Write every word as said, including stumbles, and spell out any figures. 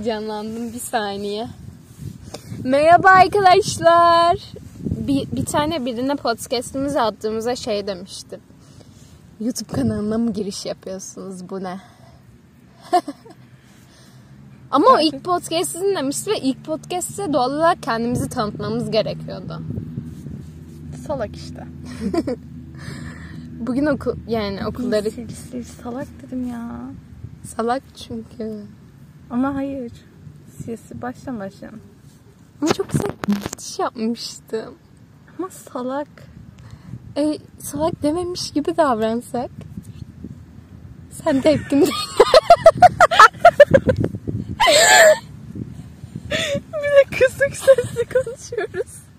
heyecanlandım bir saniye. Merhaba arkadaşlar. Bir, bir tane birine podcast'imizi attığımızda şey demiştim. YouTube kanalına mı giriş yapıyorsunuz, bu ne? Ama o ilk podcast'ı dinlemişti ve ilk podcast'te doğal olarak kendimizi tanıtmamız gerekiyordu. Salak işte. Bugün okul, yani okulları... Sil, sil, salak dedim ya. Salak çünkü. Ama hayır. Siyasi baştan başlayalım. Ama çok güzel geçiş yapmıştım. Ama salak. E, salak dememiş gibi davransak. Sen de hepkinde. Bir de kısık sesle konuşuyoruz.